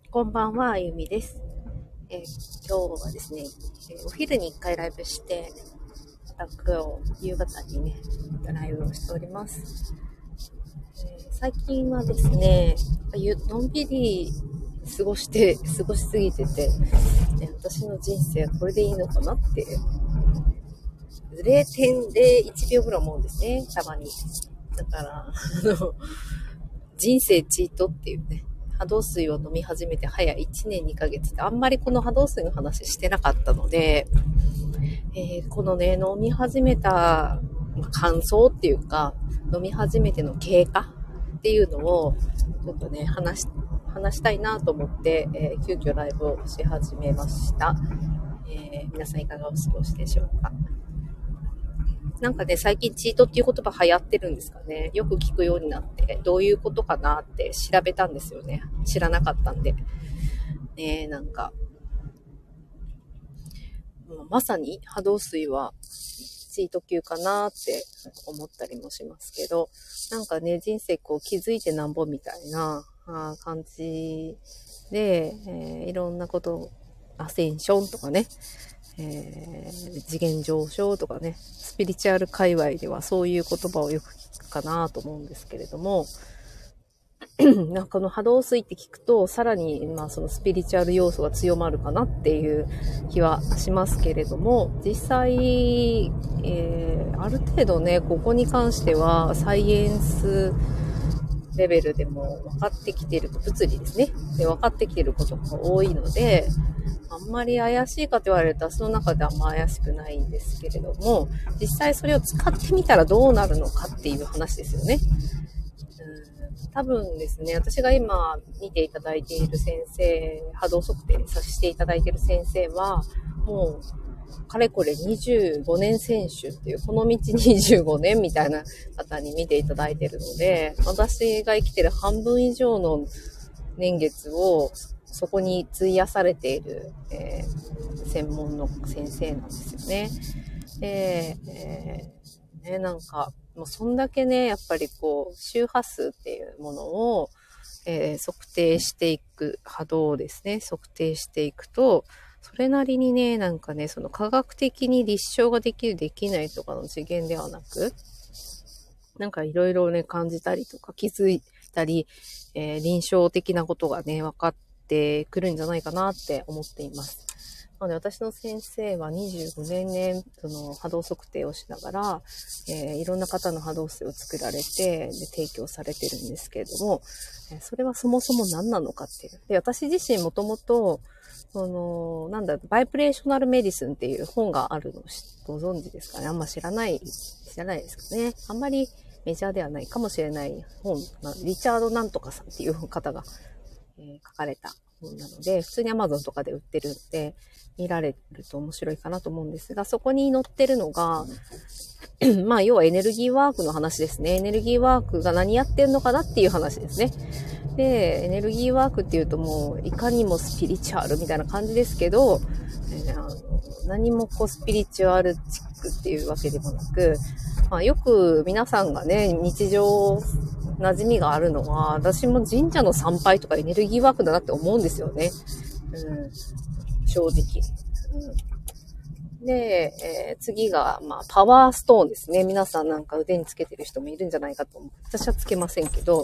こんばんは、あゆみです。今日はですね、お昼に1回ライブして、また今日夕方にね、またライブをしております。最近はですね、のんびり過ごしすぎてて、私の人生はこれでいいのかなって、0.01 秒ぐらい思うんですね、たまに。だから、人生チートっていうね、波動水を飲み始めて早1年2ヶ月ってあんまりこの波動水の話してなかったので、このね、飲み始めた感想っていうか、飲み始めての経過っていうのをちょっとね、話したいなと思って、急遽ライブをし始めました。皆さんいかがお過ごしでしょうか。なんかね、最近チートっていう言葉流行ってるんですかね。よく聞くようになって、どういうことかなって調べたんですよね。知らなかったんで。ね、なんか、まさに波動水はチート級かなって思ったりもしますけど、なんかね、人生こう気づいてなんぼみたいな感じで、いろんなこと、アセンションとかね、次元上昇とかね、スピリチュアル界隈ではそういう言葉をよく聞くかなと思うんですけれども、なんかこの波動水って聞くとさらにそのスピリチュアル要素が強まるかなっていう気はしますけれども、実際、ある程度ね、ここに関してはサイエンスレベルでも分かってきている、物理ですね。で、分かってきていることが多いので、あんまり怪しいかと言われると、その中であんま怪しくないんですけれども、実際それを使ってみたらどうなるのかっていう話ですよね。多分ですね、私が今見ていただいている先生、波動測定させていただいている先生は、もう、かれこれ25年選手っていう、この道25年みたいな方に見ていただいているので、私が生きてる半分以上の年月をそこに費やされている、専門の先生なんですよね。で、なんか、もうそんだけね、やっぱりこう、周波数っていうものを、測定していく、波動をですね、測定していくと、それなりにね、なんかね、その科学的に立証ができる、できないとかの次元ではなく、なんかいろいろね、感じたりとか気づいたり、臨床的なことがね、分かってくるんじゃないかなって思っています。なので私の先生は25年ね、その波動測定をしながら、いろんな方の波動数を作られてで提供されてるんですけれども、それはそもそも何なのかっていう。で、私自身もともと、バイブレーショナルメディスンっていう本があるのご存知ですかね。あんま知らないですかね。あんまりメジャーではないかもしれない本、リチャードなんとかさんっていう方が、書かれた本なので、普通に Amazon とかで売ってるんで、見られると面白いかなと思うんですが、そこに載ってるのが、要はエネルギーワークの話ですね。エネルギーワークが何やってんのかなっていう話ですね。で、エネルギーワークっていうともう、いかにもスピリチュアルみたいな感じですけど、何もこうスピリチュアルチックっていうわけでもなく、よく皆さんがね、日常馴染みがあるのは、私も神社の参拝とかエネルギーワークだなって思うんですよね。正直。で、次が、パワーストーンですね。皆さんなんか腕につけてる人もいるんじゃないかと思う。私はつけませんけど、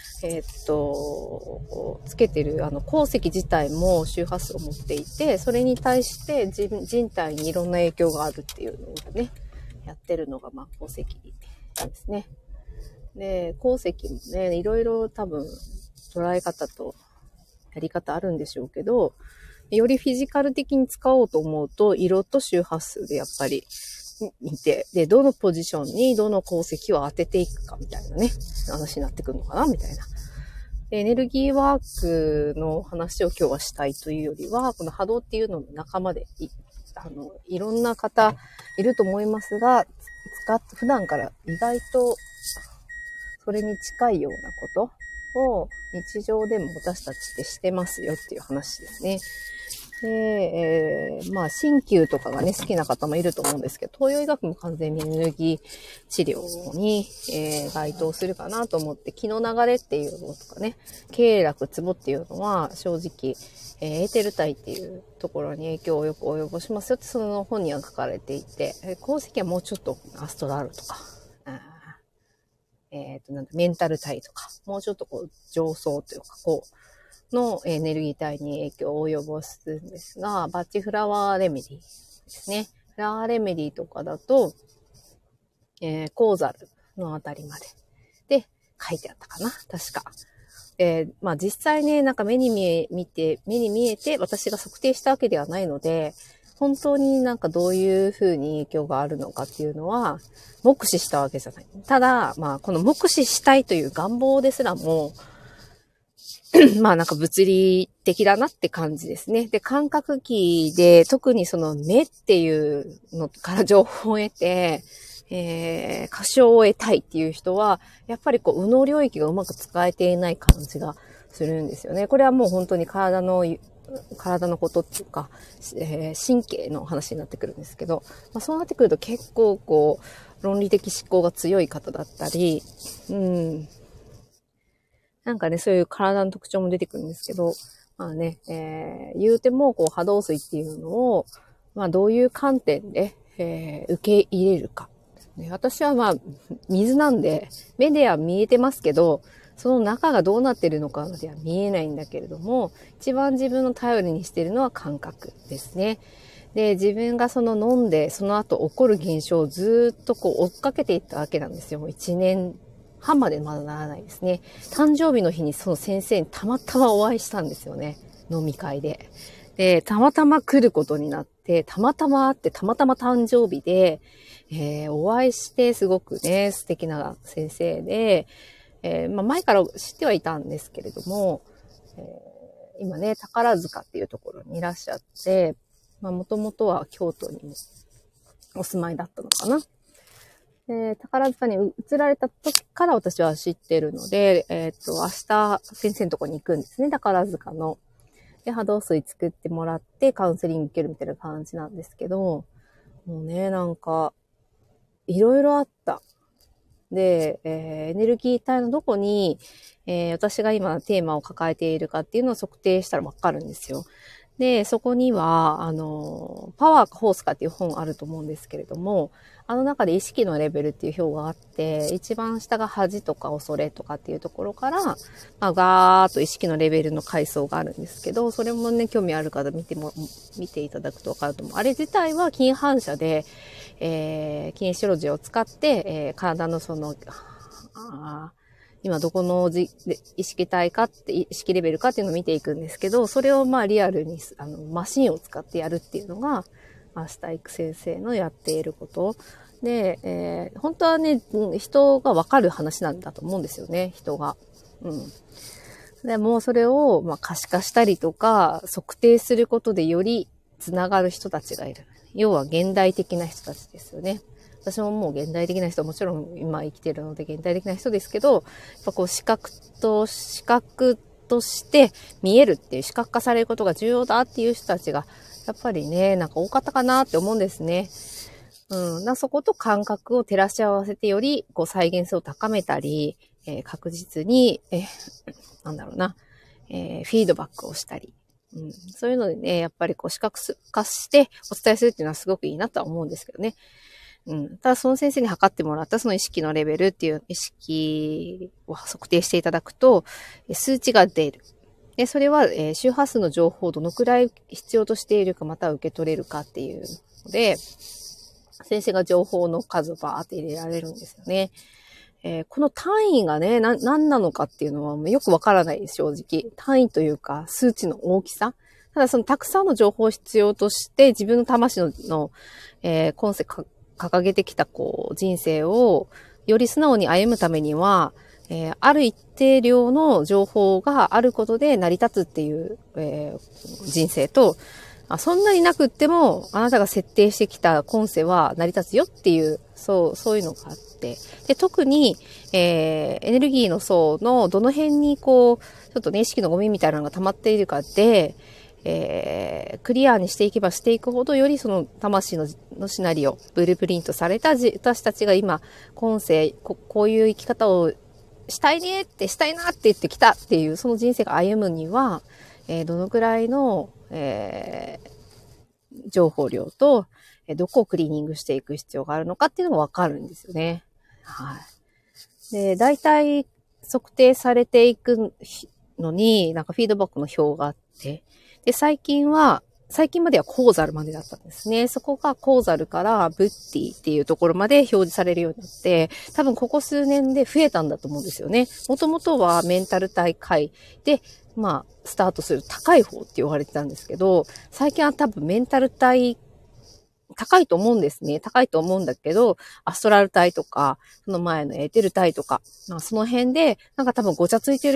つけてる鉱石自体も周波数を持っていて、それに対して人体にいろんな影響があるっていうのをね、やってるのが鉱石ですね。で、鉱石もね、いろいろ多分捉え方とやり方あるんでしょうけど、よりフィジカル的に使おうと思うと、色と周波数でやっぱり見て、で、どのポジションにどの鉱石を当てていくかみたいなね、話になってくるのかなみたいな。エネルギーワークの話を今日はしたいというよりは、この波動っていうのの仲間でいろんな方いると思いますが、普段から意外とそれに近いようなことを日常でも私たちってしてますよっていう話ですね。 で、まあ、鍼灸とかがね、好きな方もいると思うんですけど、東洋医学も完全にエネルギー治療に、該当するかなと思って、気の流れっていうのとかね、経絡ツボっていうのは、正直、エーテル体っていうところに影響をよく及ぼしますよって、その本には書かれていて、鉱石はもうちょっとアストラルとか、なんだメンタル体とか、もうちょっとこう、上層というか、こう、のエネルギー体に影響を及ぼすんですが、バッチフラワーレメディですね。フラワーレメディとかだと、コーザルのあたりまでで書いてあったかな、確か。まあ実際ね、なんか目に見えて私が測定したわけではないので、本当になんかどういう風に影響があるのかっていうのは、目視したわけじゃない。ただ、まあこの目視したいという願望ですらも、まあなんか物理的だなって感じですね。で、感覚器で特にその目っていうのから情報を得て、歌唱を得たいっていう人は、やっぱりこう、右脳領域がうまく使えていない感じがするんですよね。これはもう本当に体のことっていうか、神経の話になってくるんですけど、まあ、そうなってくると結構こう、論理的思考が強い方だったり、なんかね、そういう体の特徴も出てくるんですけど、まあね、言うても、こう、波動水っていうのを、まあ、どういう観点で、受け入れるか。私はまあ、水なんで、目では見えてますけど、その中がどうなってるのかまでは見えないんだけれども、一番自分の頼りにしているのは感覚ですね。で、自分がその飲んで、その後起こる現象をずっとこう追っかけていったわけなんですよ。もう1年半までまだならないですね。誕生日の日にその先生にたまたまお会いしたんですよね。飲み会で。で、たまたま来ることになって、たまたま会って、たまたま誕生日で、お会いしてすごくね、素敵な先生で、まあ、前から知ってはいたんですけれども、今ね、宝塚っていうところにいらっしゃって、まあ、もともとは京都にもお住まいだったのかな。宝塚に移られた時から私は知ってるので、明日先生のところに行くんですね、宝塚の。で、波動水作ってもらってカウンセリング受けるみたいな感じなんですけど、もうね、なんか、いろいろあった。で、エネルギー体のどこに、私が今テーマを抱えているかっていうのを測定したらわかるんですよ。で、そこには、パワーかフォースかっていう本あると思うんですけれども、あの中で意識のレベルっていう表があって、一番下が恥とか恐れとかっていうところから、まあ、ガーッと意識のレベルの階層があるんですけど、それもね、興味ある方見ていただくとわかると思う。あれ自体は近反射で、キネシロジーを使って、体のその、今どこの意識体かって、意識レベルかっていうのを見ていくんですけど、それをまあリアルに、マシンを使ってやるっていうのが、明日行く先生のやっていること。で、本当はね、人がわかる話なんだと思うんですよね、人が。でも、それを、まあ、可視化したりとか、測定することでよりつながる人たちがいる。要は現代的な人たちですよね。私ももう現代的な人、もちろん今生きてるので現代的な人ですけど、やっぱこう視覚として見えるっていう視覚化されることが重要だっていう人たちが、やっぱりね、なんか多かったかなって思うんですね。そこと感覚を照らし合わせてより、こう再現性を高めたり、確実に、フィードバックをしたり、そういうのでね、やっぱりこう視覚化してお伝えするっていうのはすごくいいなとは思うんですけどね。ただその先生に測ってもらったその意識のレベルっていう意識を測定していただくと、数値が出る。で、それは、周波数の情報をどのくらい必要としているか、または受け取れるかっていうので、先生が情報の数をバーって入れられるんですよね。この単位がね、何なのかっていうのはよくわからないです、正直。単位というか、数値の大きさ。ただそのたくさんの情報を必要として、自分の魂の、今世掲げてきたこう人生をより素直に歩むためには、ある一定量の情報があることで成り立つっていう、人生と、そんなになくってもあなたが設定してきた今世は成り立つよっていう、そういうのがあって。で、特に、エネルギーの層のどの辺にこう、ちょっとね、意識のゴミみたいなのが溜まっているかで、 クリアにしていけばしていくほど、よりその魂のシナリオ、ブループリントされた私たちが今、今世、こういう生き方をしたいねって、したいなって言ってきたっていう、その人生が歩むには、どのくらいの、情報量と、どこをクリーニングしていく必要があるのかっていうのがわかるんですよね。はい。で、大体測定されていくのに、なんかフィードバックの表があって、で、最近まではコーザルまでだったんですね。そこがコーザルからブッティっていうところまで表示されるようになって、多分ここ数年で増えたんだと思うんですよね。もともとはメンタル体会で、スタートする高い方って言われてたんですけど、最近は多分メンタル体高いと思うんですね。高いと思うんだけど、アストラル体とか、その前のエーテル体とか、その辺で、なんか多分ごちゃついてる